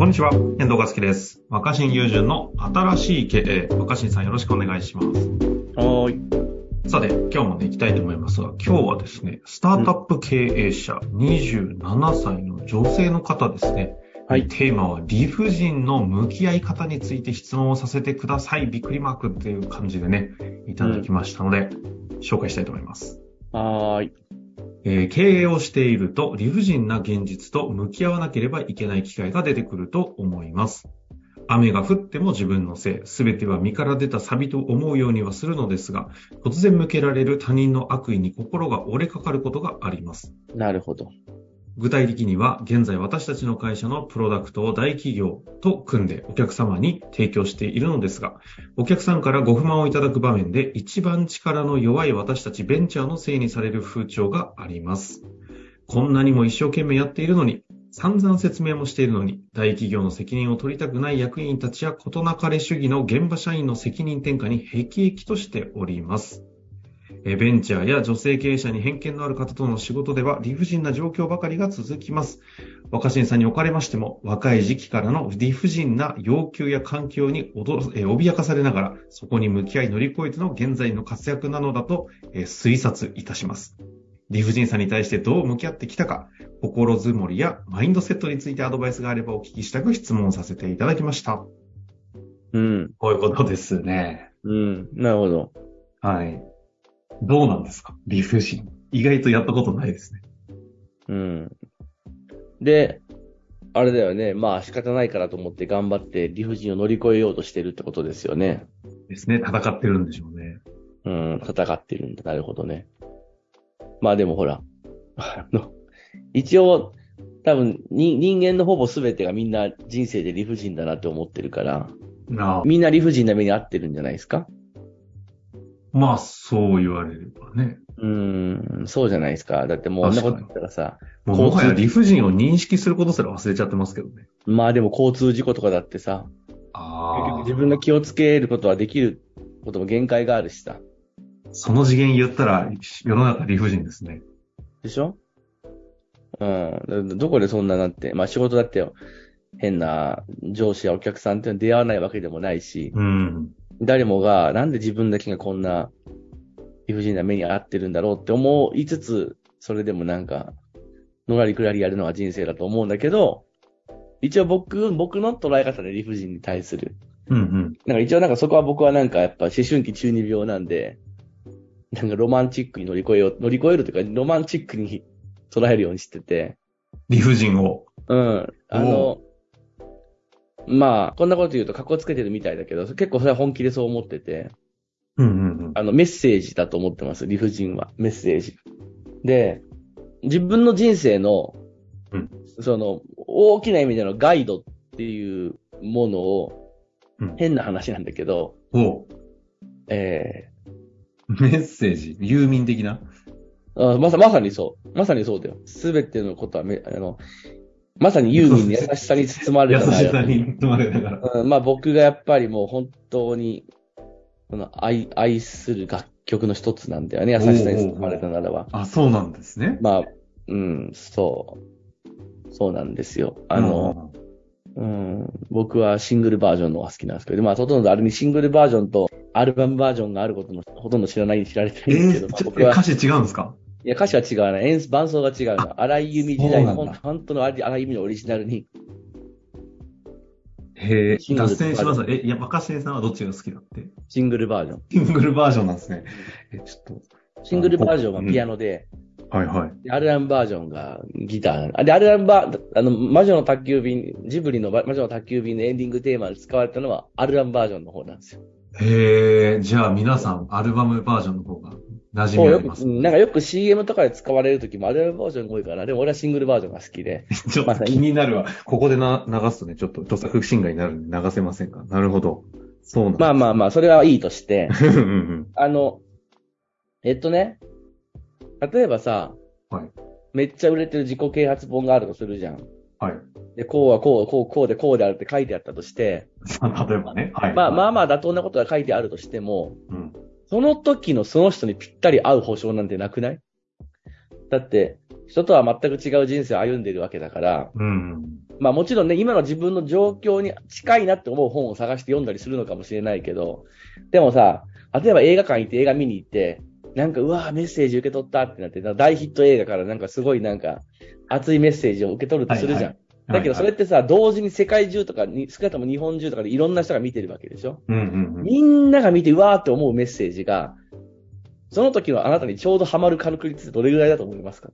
こんにちは、遠藤和樹です。若新雄純の新しい経営。若新さんよろしくお願いします。 はーい。 さて、今日もね、行きたいと思いますが、今日はですね、スタートアップ経営者、27歳の女性の方ですね。 はい。 テーマは理不尽の向き合い方について質問をさせてください。びっくりマークっていう感じでね、いただきましたので、紹介したいと思います。 はーい。 経営をしていると理不尽な現実と向き合わなければいけない機会が出てくると思います。雨が降っても自分のせい、すべては身から出た錆と思うようにはするのですが、突然向けられる他人の悪意に心が折れかかることがあります。 なるほど。 具体的には、現在私たちの会社のプロダクトを大企業と組んでお客様に提供しているのですが、お客さんからご不満をいただく場面で一番力の弱い私たちベンチャーのせいにされる風潮があります。こんなにも一生懸命やっているのに、散々説明もしているのに、大企業の責任を取りたくない役員たちや事なかれ主義の現場社員の責任転嫁に辟易としております。ベンチャーや女性経営者に偏見のある方との仕事では理不尽な状況ばかりが続きます。若新さんにおかれましても、若い時期からの理不尽な要求や環境に脅かされながら、そこに向き合い乗り越えての現在の活躍なのだと推察いたします。理不尽さに対してどう向き合ってきたか、心づもりやマインドセットについてアドバイスがあればお聞きしたく質問させていただきました。 うん。 こういうことですね。 なるほど。 はい。どうなんですか？理不尽。意外とやったことないですね。 で、あれだよね。まあ仕方ないからと思って頑張って理不尽を乗り越えようとしてるってことですよね。 ですね。戦ってるんでしょうね。 戦ってるんだ。なるほどね。まあでもほら、一応、多分人間のほぼ全てがみんな人生で理不尽だなって思ってるから、みんな理不尽な目に遭ってるんじゃないですか？ まあ、そう言われればね。 そうじゃないですか。だってもう、こんなこと言ったらさ、 もはや理不尽を認識することすら忘れちゃってますけどね。 まあでも交通事故とかだってさ、結局自分が気をつけることはできることも限界があるしさ。 その次元言ったら世の中理不尽ですね。 でしょ？どこでそんななって、まあ仕事だって変な上司やお客さんって出会わないわけでもないし、誰もがなんで自分だけがこんな理不尽な目に遭ってるんだろうって思いつつ、それでもなんか、のらりくらりやるのが人生だと思うんだけど、一応僕の捉え方で理不尽に対する。なんか一応なんかそこは僕はなんかやっぱ思春期中二病なんで、なんかロマンチックに乗り越えるというか、ロマンチックに捉えるようにしてて。 理不尽を。 まあ、こんなこと言うと格好つけてるみたいだけど、結構それは本気でそう思ってて。メッセージだと思ってます、理不尽は。メッセージ。で、自分の人生の、その、大きな意味でのガイドっていうものを、変な話なんだけど、 メッセージ遊民的な？ まさにそう。まさにそうだよ。すべてのことはまさにユーミンの優しさに包まれた。 優しさに包まれながら。 まあ僕がやっぱりもう本当に、愛する楽曲の一つなんだよね。優しさに包まれたならば。 あ、そうなんですね。 まあ、そうなんですよ。僕はシングルバージョンの方が好きなんですけど、まあほとんどあれにシングルバージョンとアルバムバージョンがあることもほとんど知られてないんですけど、僕は歌詞違うんですか？ いや、歌詞は違うな。伴奏が違うな。荒井由実時代の本当の荒井由実のオリジナルに。 脱線します。若新さんはどっちが好きだって？ シングルバージョン。 シングルバージョンなんですね。 シングルバージョンはピアノで、 はいはい。 アルバムバージョンがギター。で、アルバム魔女の宅急便、ジブリの魔女の宅急便のエンディングテーマで使われたのはアルバムバージョンの方なんですよ。 じゃあ皆さんアルバムバージョンの方が馴染みあります。 なんかよく CM とかで使われるときもアルバムバージョンが多いから、でも俺はシングルバージョンが好きで。 ちょっと気になるわ。ここで流すとね、ちょっと著作侵害になるんで流せませんか？なるほど。そうなんです。 まあ、それはいいとして。例えばさ、めっちゃ売れてる自己啓発本があるとするじゃん。で、こうであるって書いてあったとして。 例えばね。 まあ、妥当なことが書いてあるとしても、その時のその人にぴったり合う保証なんてなくない？だって、人とは全く違う人生を歩んでいるわけだから、 まあもちろんね、今の自分の状況に近いなって思う本を探して読んだりするのかもしれないけど、でもさ、例えば映画館行って映画見に行って、なんかうわぁメッセージ受け取ったってなって、大ヒット映画からなんかすごいなんか熱いメッセージを受け取るとするじゃん。だけどそれってさ、同時に世界中とかに、少なくとも日本中とかでいろんな人が見てるわけでしょ。みんなが見てうわーって思うメッセージが、その時のあなたにちょうどハマる確率ってどれぐらいだと思いますかって。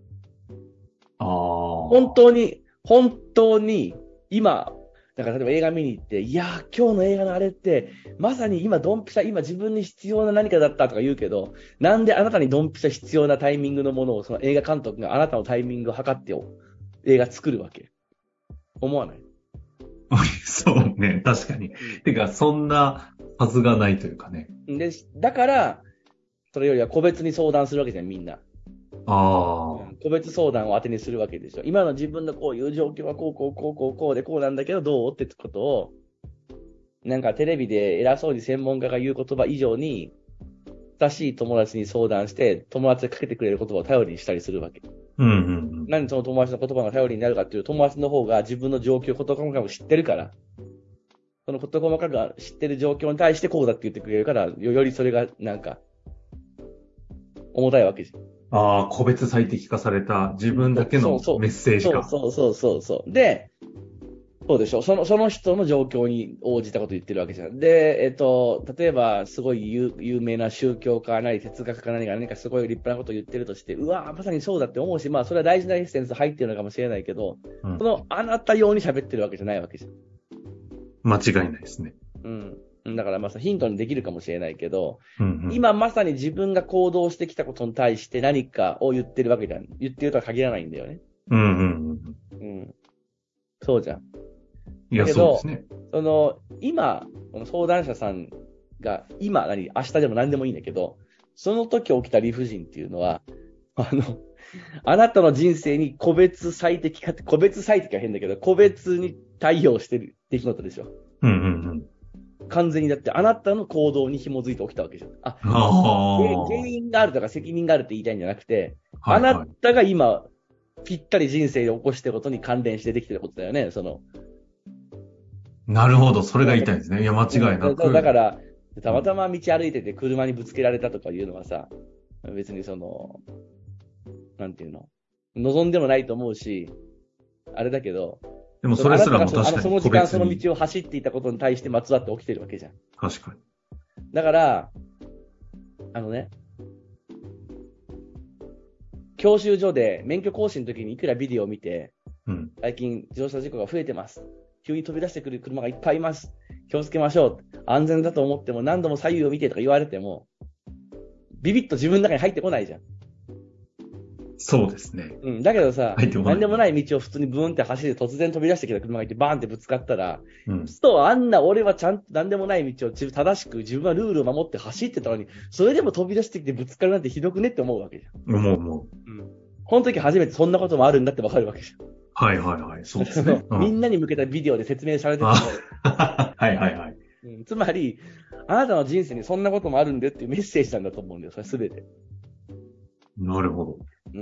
本当に、今、だから例えば映画見に行って、いやー、今日の映画のあれって、まさに今ドンピシャ、今自分に必要な何かだったとか言うけど、なんであなたにドンピシャ必要なタイミングのものを、その映画監督があなたのタイミングを測って映画作るわけ。思わない？ そうね、確かに。てか、そんなはずがないというかね。 で、だから、それよりは個別に相談するわけじゃん、みんな。個別相談を当てにするわけでしょ。今の自分のこういう状況はこうでこうなんだけどどうってことを、なんかテレビで偉そうに専門家が言う言葉以上に、親しい友達に相談して、友達がかけてくれる言葉を頼りにしたりするわけ。何その友達の言葉が頼りになるかっていう、友達の方が自分の状況、事細かく知ってるから、その事細かく知ってる状況に対してこうだって言ってくれるから、よりそれがなんか、重たいわけじゃん。 個別最適化された自分だけのメッセージが。 そう。で、そうでしょ。その人の状況に応じたこと言ってるわけじゃん。で、例えば、すごい有名な宗教家なり哲学家なりが何かすごい立派なことを言ってるとして、うわぁ、まさにそうだって思うし、まあ、それは大事なエッセンス入ってるのかもしれないけど、そのあなた用に喋ってるわけじゃないわけじゃん。 間違いないですね。 だからまあヒントにできるかもしれないけど、今まさに自分が行動してきたことに対して何かを言ってるわけじゃん。言ってるとは限らないんだよね。そうじゃん。 いや、そうですね。 今、相談者さんが、明日でも何でもいいんだけど、その時起きた理不尽っていうのは、あなたの人生に個別最適は変だけど、個別に対応してる出来事でしょ。完全にだってあなたの行動に紐づいて起きたわけじゃん。原因があるとか責任があるって言いたいんじゃなくて、あなたが今、ぴったり人生で起こしてることに関連してできてることだよね、 なるほど、それが言いたいんですね。いや、間違いなく。 だから、たまたま道歩いてて車にぶつけられたとかいうのはさ、別になんていうの、望んでもないと思うし、あれだけど、 でもそれすらも確かにその時間その道を走っていたことに対してまつわって起きてるわけじゃん。 確かに。 だから、教習所で免許更新の時にいくらビデオを見て、最近自動車事故が増えてます。急に飛び出してくる車がいっぱいいます。気をつけましょう。安全だと思っても何度も左右を見てとか言われても、ビビッと自分の中に入ってこないじゃん。 そうですね。 だけどさ、何でもない道を普通にブーンって走って突然飛び出してきた車がいてバーンってぶつかったら、俺はちゃんと何でもない道を正しく自分はルールを守って走ってたのに、それでも飛び出してきてぶつかるなんてひどくねって思うわけじゃん。 思う。 この時初めてそんなこともあるんだってわかるわけじゃん。 そうですね。 みんなに向けたビデオで説明されてる。つまり、あなたの人生にそんなこともあるんだっていうメッセージなんだと思うんだよ、それすべて。 なるほど。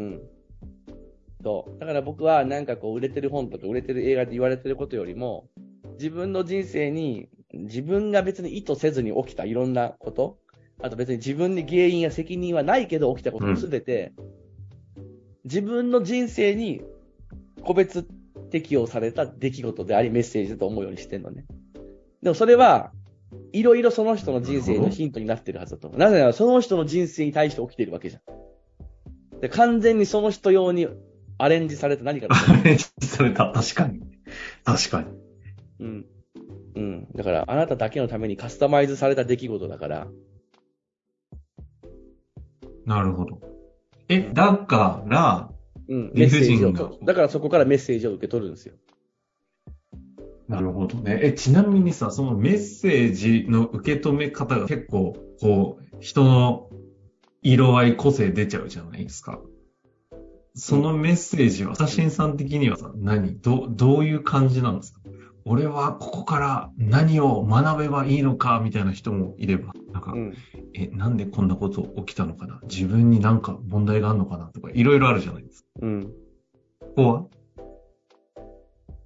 だから僕はなんか売れてる本とか売れてる映画で言われてることよりも、自分の人生に自分が別に意図せずに起きたいろんなこと、あと別に自分に原因や責任はないけど起きたことすべて、自分の人生に個別適用された出来事でありメッセージだと思うようにしてるのね。でもそれはいろいろその人の人生のヒントになってるはずだと思う。なぜならその人の人生に対して起きているわけじゃん。で、完全にその人用にアレンジされた何かだと思う。 アレンジされた。確かに。 だからあなただけのためにカスタマイズされた出来事だから。 なるほど。だから、 メッセージを、だからそこからメッセージを受け取るんですよ。 なるほどね。ちなみにさ、そのメッセージの受け止め方が結構、人の色合い、個性出ちゃうじゃないですか。そのメッセージは、写真さん的にはさ、どういう感じなんですか？俺はここから何を学べばいいのか、みたいな人もいれば、なんでこんなこと起きたのかな？自分になんか問題があるのかなとか、いろいろあるじゃないですか。ここは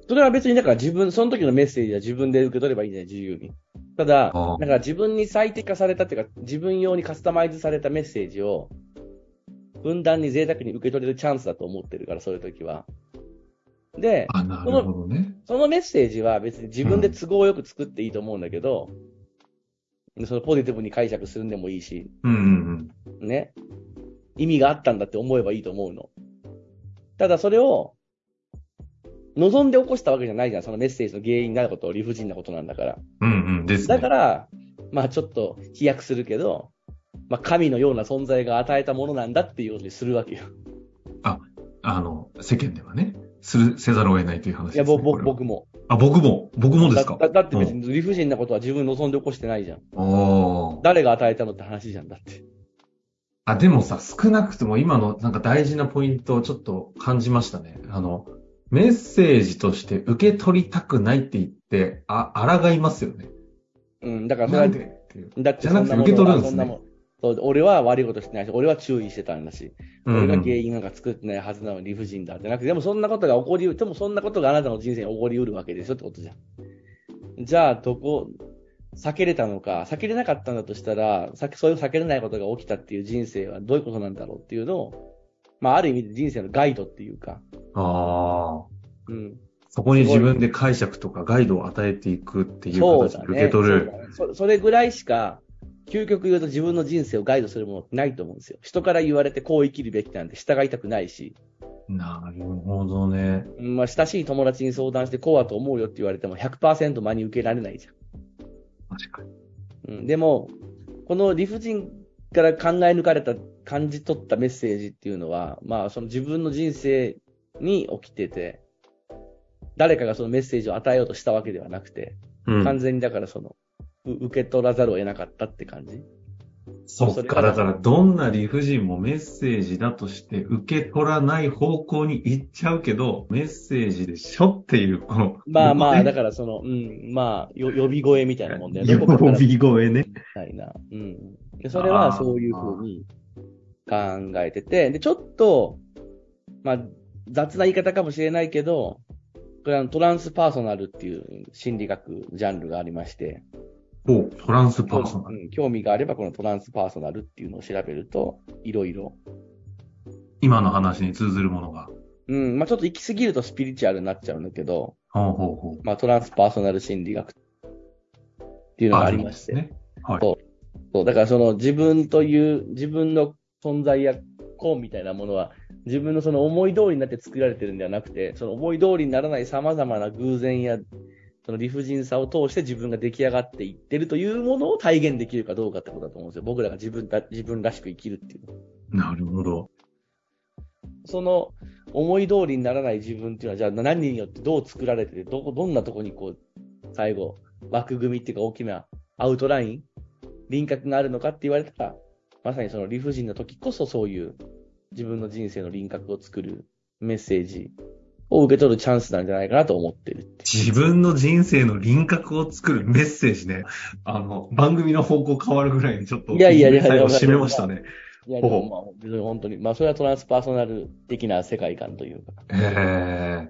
それは別にだからその時のメッセージは自分で受け取ればいいんじゃない、自由に。ただ、だから自分に最適化されたっていうか、自分用にカスタマイズされたメッセージを、ふんだんに贅沢に受け取れるチャンスだと思ってるから、そういう時は。で、 なるほどね。 そのメッセージは別に自分で都合よく作っていいと思うんだけど、そのポジティブに解釈するんでもいいし、ね。意味があったんだって思えばいいと思うの。ただそれを、望んで起こしたわけじゃないじゃん。そのメッセージの原因になることを理不尽なことなんだから。 ですね。 だから、まあちょっと飛躍するけど、まあ神のような存在が与えたものなんだっていうようにするわけよ。 世間ではね、せざるを得ないという話ですね。 いや、僕も。 僕もですか？ だって別に理不尽なことは自分望んで起こしてないじゃん。誰が与えたのって話じゃん、だって。 でもさ、少なくとも今のなんか大事なポイントをちょっと感じましたね。メッセージとして受け取りたくないって言って、抗いますよね。 だからそれは、 だってじゃなくて受け取るんですね。 そう俺は悪いことしてないし、俺は注意してたんだし、俺が原因なんか作ってないはずなのに理不尽だってなくて、でもそんなことが起こりうる、でもそんなことがあなたの人生に起こりうるわけでしょってことじゃん。じゃあ、避けれたのか、避けれなかったんだとしたら、そういう避けれないことが起きたっていう人生はどういうことなんだろうっていうのを、まあある意味で人生のガイドっていうか。 そこに自分で解釈とかガイドを与えていくっていう形で受け取る。 それぐらいしか、究極言うと自分の人生をガイドするものってないと思うんですよ。人から言われてこう生きるべきなんて従いたくないし。 なるほどね。 まあ親しい友達に相談してこうだと思うよって言われても 100% 真に受けられないじゃん。 確かに。 でも、この理不尽から考え抜かれた、感じ取ったメッセージっていうのは、まあその自分の人生に起きてて、誰かがそのメッセージを与えようとしたわけではなくて、完全にだから受け取らざるを得なかったって感じ。 そっか、だからどんな理不尽もメッセージだとして受け取らない方向に行っちゃうけど、メッセージでしょっていう、 まあ、だからまあ、呼び声みたいなもんだよね。 呼び声ね。 みたいな。でそれはそういうふうに考えてて、で、ちょっと、まあ、雑な言い方かもしれないけど、これはトランスパーソナルっていう心理学ジャンルがありまして、 トランスパーソナル。 興味があればこのトランスパーソナルっていうのを調べると、いろいろ。 今の話に通ずるものが。 まあちょっと行き過ぎるとスピリチュアルになっちゃうんだけど、まあトランスパーソナル心理学っていうのがありまして。ね。はい。そう。だから自分の存在や根みたいなものは、自分のその思い通りになって作られてるんではなくて、その思い通りにならない様々な偶然や、その理不尽さを通して自分が出来上がっていってるというものを体現できるかどうかってことだと思うんですよ。僕らが自分らしく生きるっていうの。なるほど。 その思い通りにならない自分っていうのは、じゃあ何によってどう作られてて、どんなとこに最後、枠組みっていうか大きなアウトライン、輪郭があるのかって言われたら、まさにその理不尽な時こそそういう自分の人生の輪郭を作るメッセージを受け取るチャンスなんじゃないかなと思ってる。 自分の人生の輪郭を作るメッセージね。番組の方向変わるぐらいにちょっと、最後締めましたね。 でもまあ、別に本当に、まあそれはトランスパーソナル的な世界観というか。はい。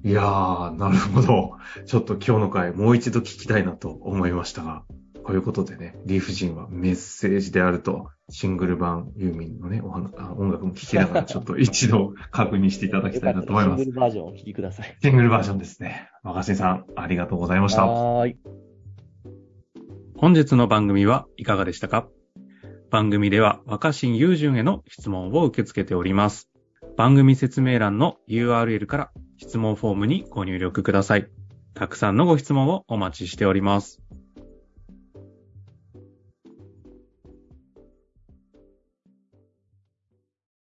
いやー、なるほど。ちょっと今日の回もう一度聞きたいなと思いましたが。こういうことでね、理不尽はメッセージであると、シングル版ユーミンのね、音楽も聴きながらちょっと一度確認していただきたいなと思います。 シングルバージョンをお聴きください。 シングルバージョンですね。若新さん、ありがとうございました。 はい。 本日の番組はいかがでしたか？番組では若新雄純への質問を受け付けております。番組説明欄の URL から質問フォームにご入力ください。たくさんのご質問をお待ちしております。